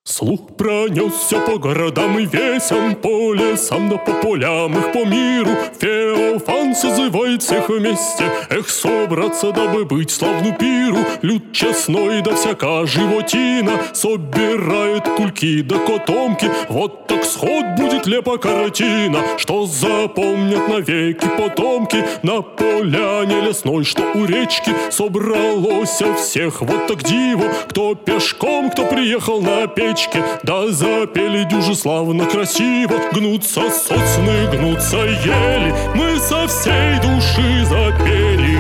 Слух пронесся по городам и весям, по лесам да по полям их по миру. Феофан созывает всех вместе, эх, собраться, дабы быть славну пиру. Люд честной да всяка животина собирает кульки да котомки. Вот так сход будет лепа картина, что запомнят навеки потомки. На поляне лесной, что у речки, собралось всех вот так диво. Кто пешком, кто приехал на печке, да запели дюжи славно красиво. Гнутся сосны, гнутся ели, мы со всей души запели.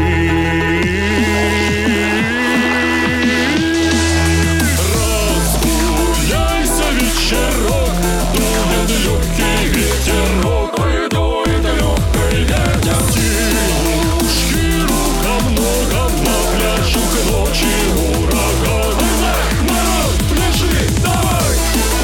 Разгуляйся, вечерок, дует легкий ветерок, ой, дует легкий ветер. Силушки рука много, на пляжу к ночи ураган. Народ, пляши, давай!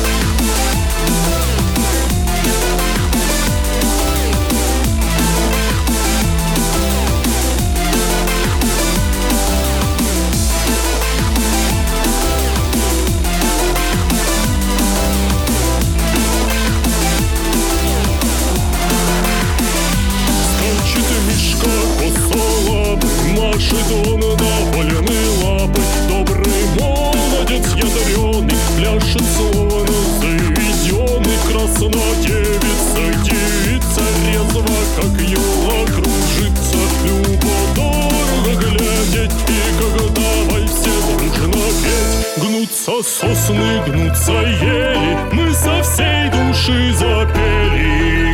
Мишка косолапый, машет он довольный лапой. Добрый молодец ядреный, пляшет словно заведенный. Краснодевица, девица резво, как юла, кружится. Любо-дорого глядеть, и как давай все дружно петь. Гнутся сосны, гнутся ели, мы со всей души запели.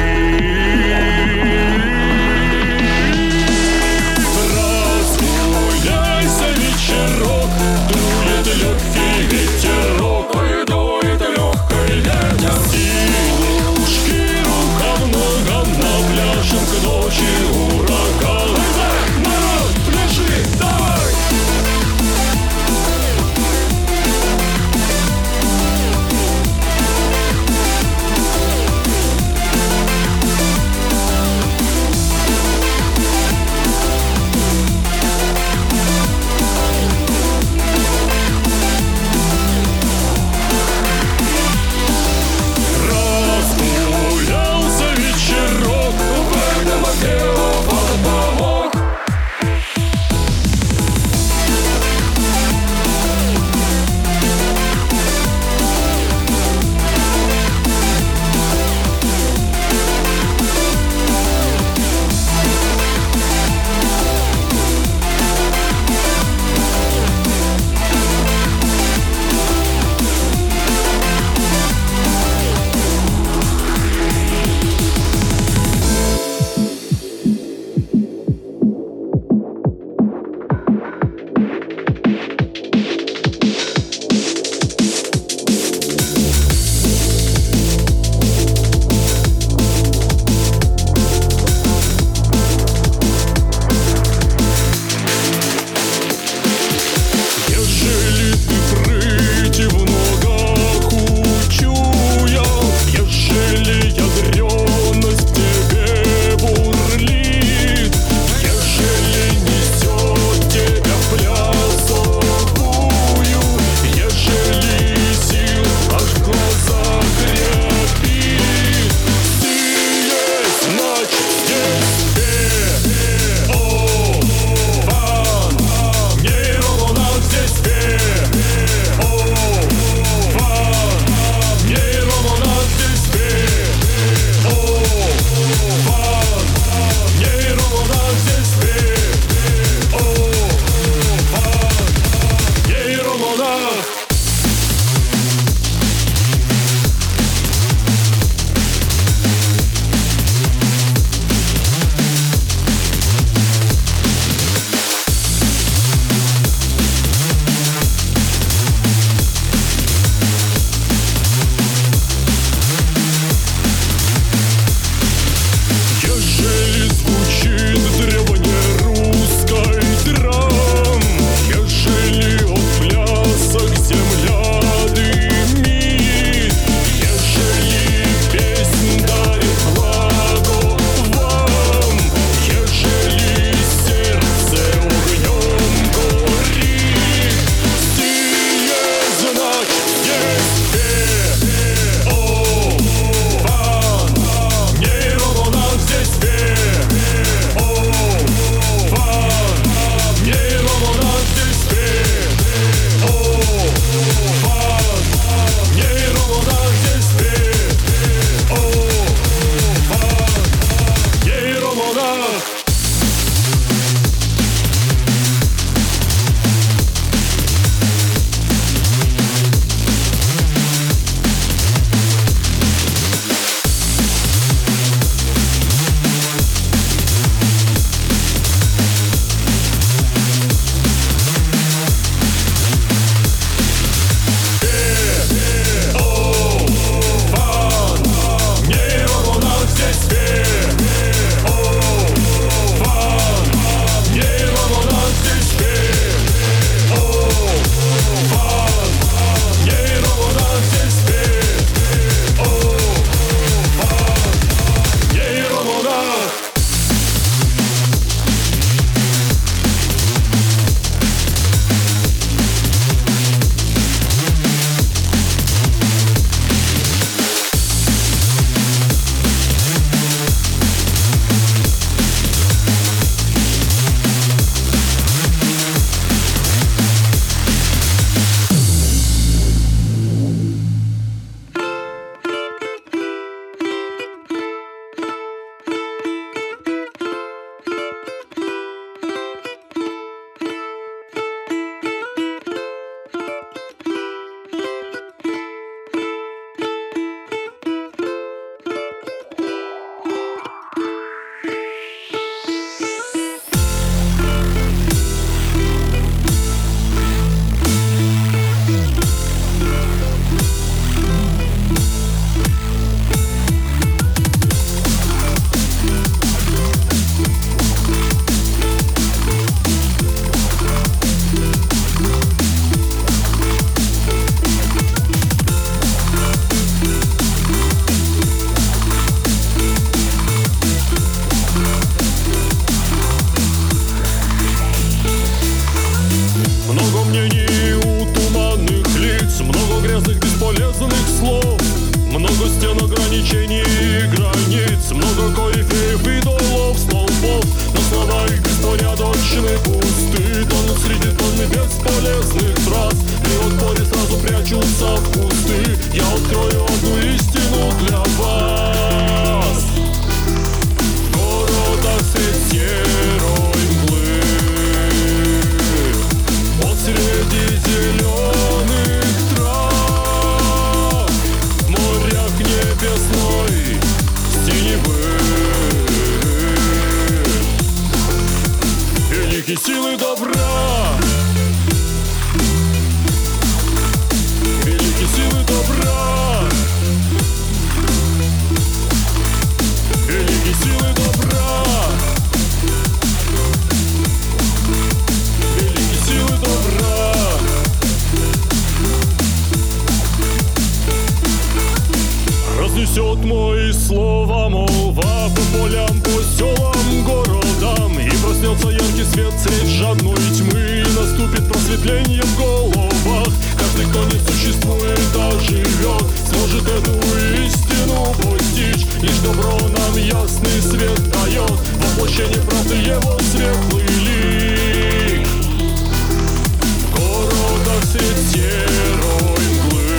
Легкий ветерок, ой, дует легкий ветер. Силушки рука много, на пляже к ночи ураган. Народ, пляши, давай! линии границ. Много корифеев, идолов, столбов, но слова их беспорядочны, пусты. Тонут среди тонны бесполезных фраз, при отпоре сразу прячутся в кусты. Я открою одну истину для вас. Города средь серой мглы, посреди зеленых трав, в морях небесной синевы, великие силы добра, великие силы добра, великие силы добра, великие силы добра. Разнесет мои слова молва по полям, по селам, городам, и проснется яркий свет средь жадной тьмы, и наступит просветление в головах. Каждый, кто не существует, а живет, сможет эту истину постичь. Лишь добро нам ясный свет дает, воплощение правды его светлый лик. Города средь серой мглы,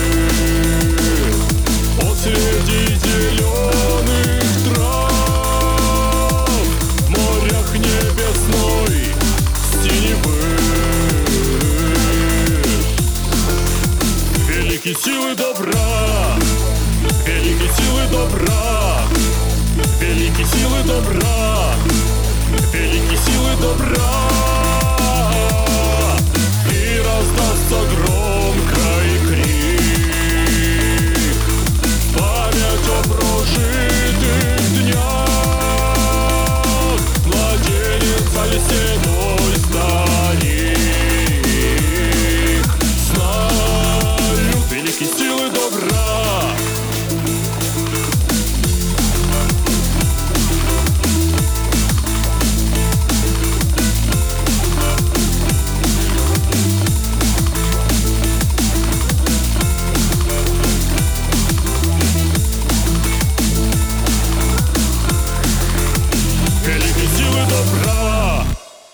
посреди зеленых трав, в морях небесной синевы, великие силы добра, великие силы добра, великие силы добра, великие силы добра. И раздастся громко и крик, память о прожитых днях. Младенец седой старик, знают великие силы добра. Великие силы добра.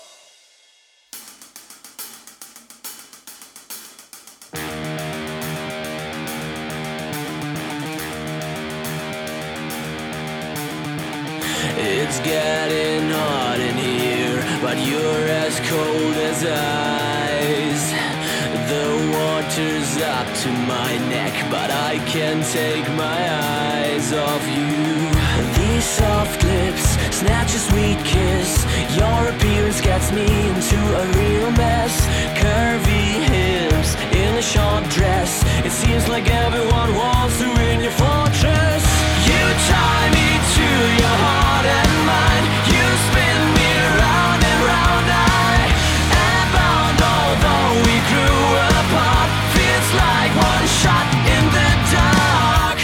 It's getting hot in here, but you're as cold as ice. The water's up to my neck, but I can't take my eyes off you. These soft lips snatch a sweet kiss. Your appearance gets me into a real mess. Curvy hips in a short dress. It seems like everyone wants to win your fortress. You tie me to your heart and mind. You spin me round and round. I am bound, although we grew apart. Feels like one shot in the dark.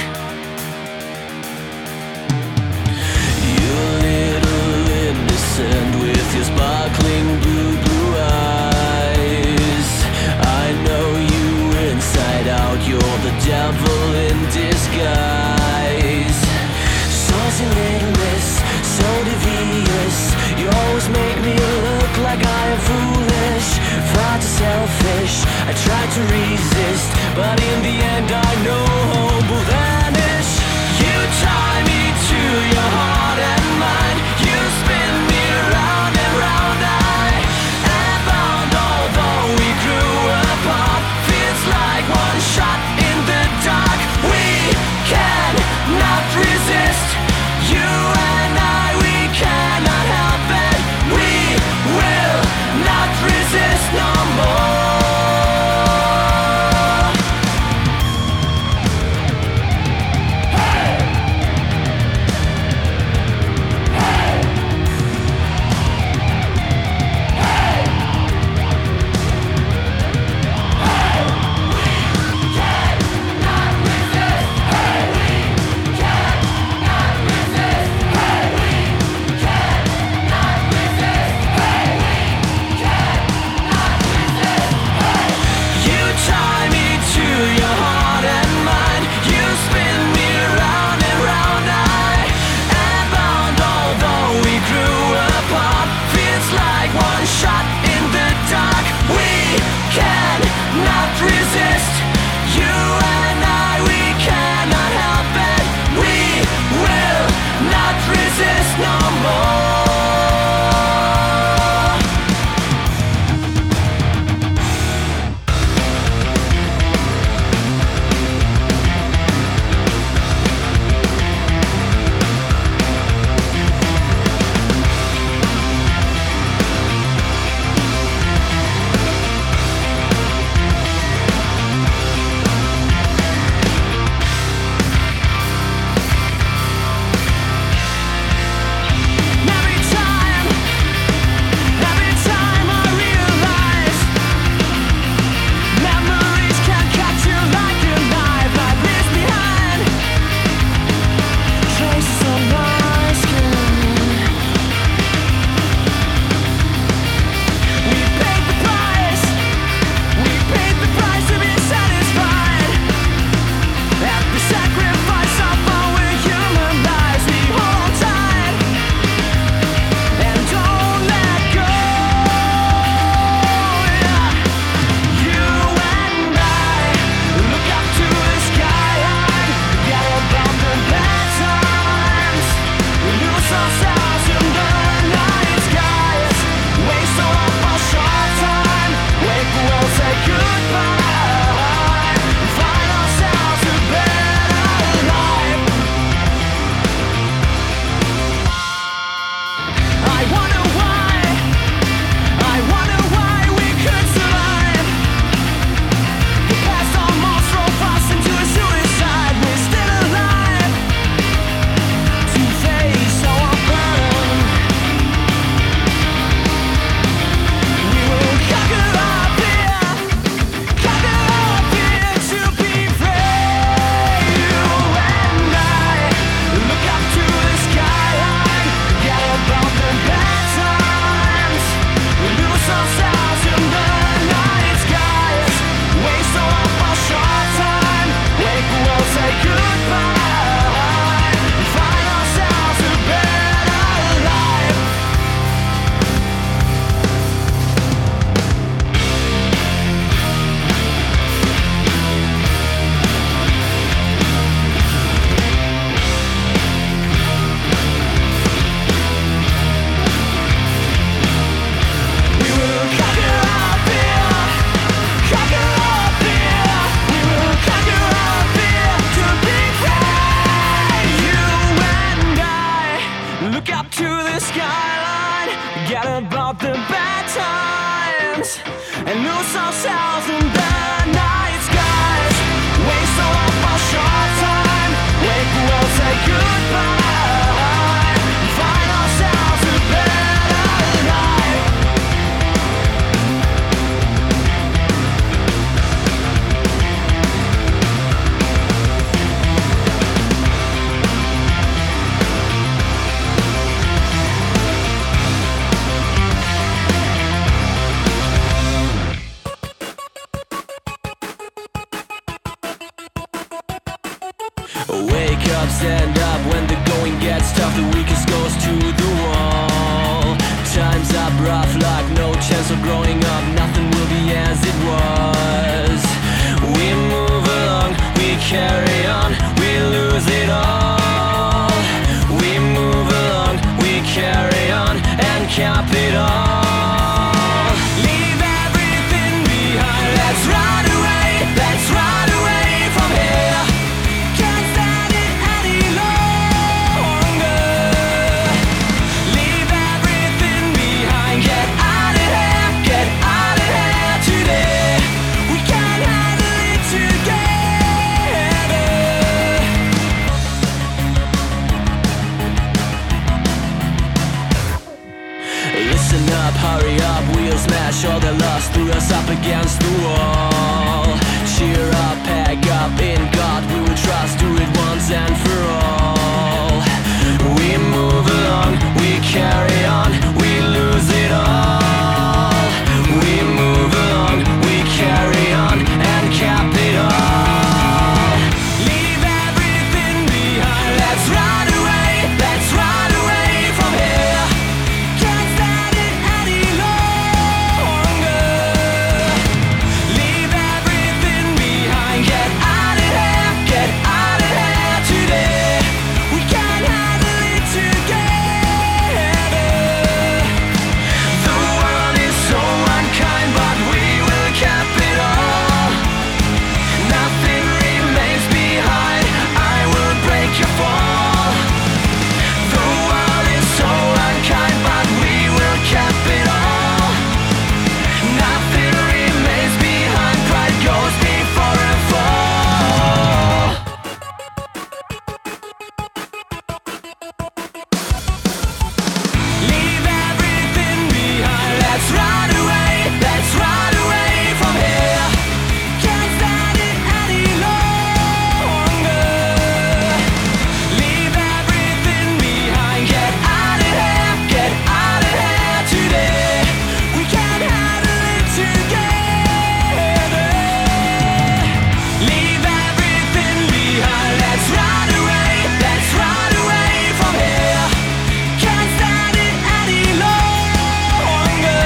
You little innocent with your sparkling blue eyes. I know you inside out. You're the devil in disguise. Saucy little miss, so devious. You always make me look like I am foolish, far too selfish. I try to resist, but in the end I know hope will vanish. You tie me to your heart and mind. You spin me round and round. I am bound, although we grew apart. Feels like one shot in the dark. We cannot resist. You and I, we cannot help it. We will not resist no more. up, stand up. When the going gets tough, the weakest goes to the wall. Time's up, rough luck, no chance of growing up. Nothing will be as it was. We move along, we carry on, we lose it all. We move along, we carry on and cap it all. Leave everything behind, let's run away, let's run away from here. Can't stand it any longer. Leave everything behind, get out of here today. We can't handle it together. Listen up, hurry up, we'll smash all the lust, threw us up against the wall. Cheer up, pack up, in God we will trust, do it once and for all. We move along, we carry on, we lose it all. We move along, we carry on and cap it all. Leave everything behind, let's run away from here. Can't stand it any longer. Leave everything behind, get out of here today. We can't handle it together. The world is so unkind, but we will cap it all. Nothing remains behind, I will break your fall. The world is so unkind, but we will cap it all. Nothing remains behind, pride goes before a fall. Leave everything behind, let's run away from here. Can't stand it any longer. Leave everything behind, get out of here today. We can't handle it together. Leave everything behind, let's run away from here. Can't stand it any longer.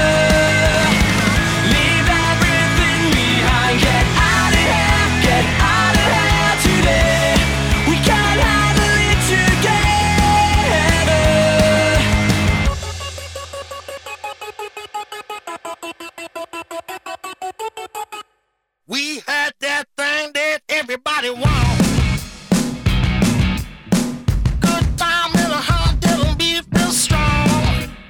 Leave everything behind, get out of here today. We can't handle it together. We had that thing that everybody wants. Good time in a hot devil beef real strong.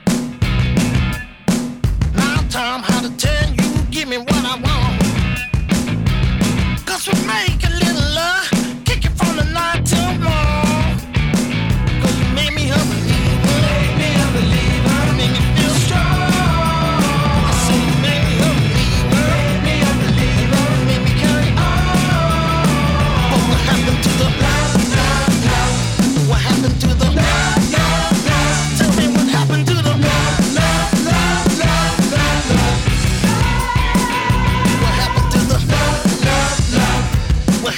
Now time how to tell you, give me what I want. 'Cause we make a little love, kick it from the night till morn. 'Cause you made me a believer, made me feel strong. I say you made me a believer, made me carry on. But what happened to the love? What happened to the love? Tell me what happened to the love? What happened to the love?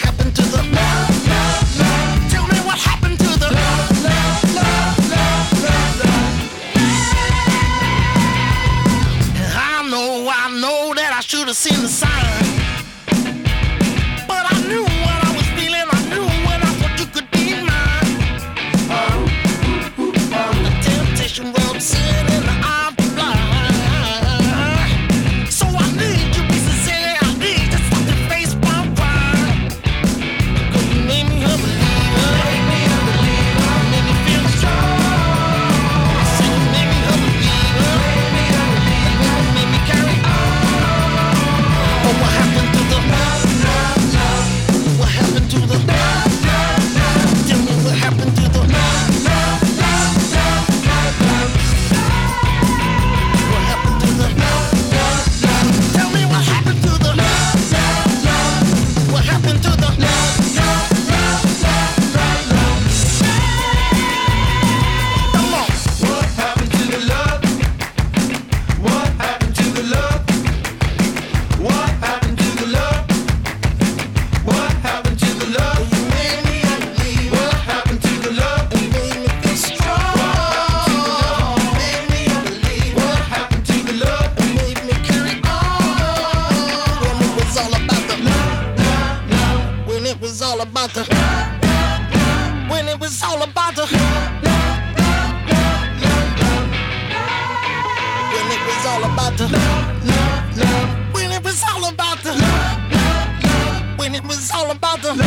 all about the when it was all about the when it was all about the when it was all about the when it was all about the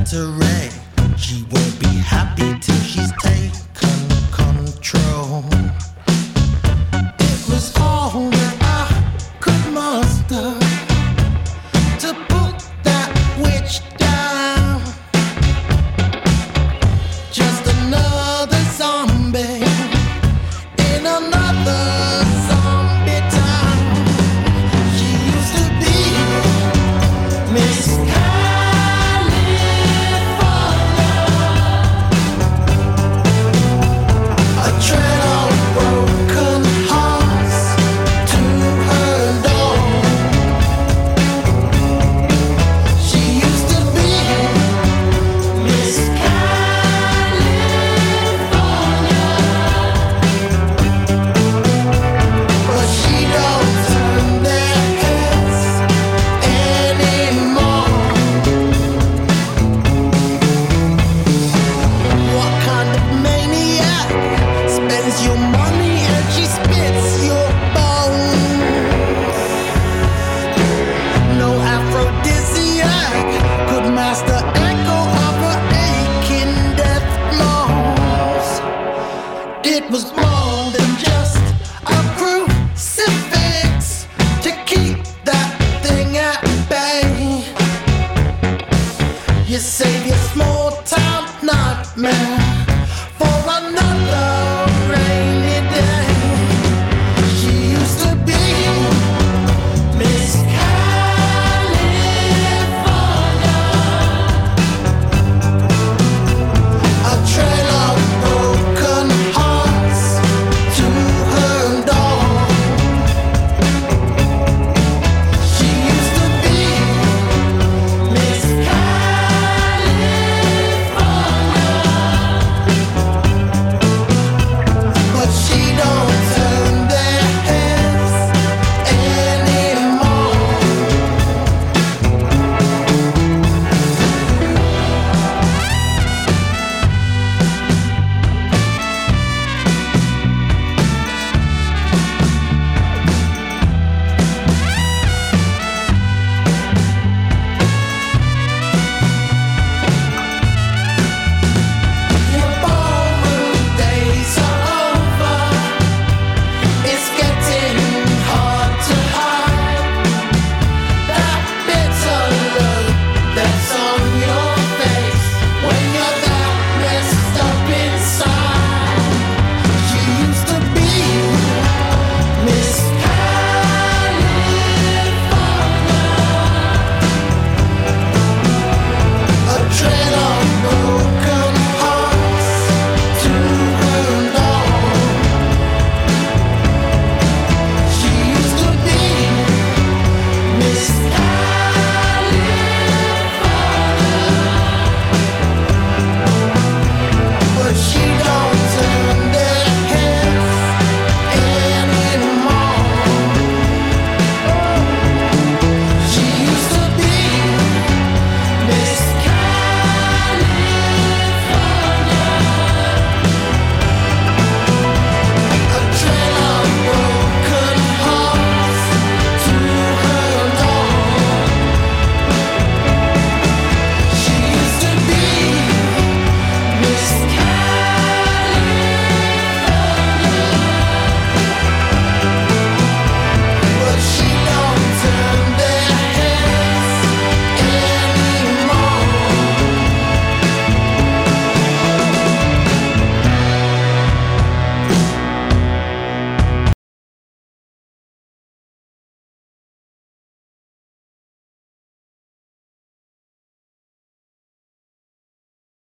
Monterey. She won't be happy till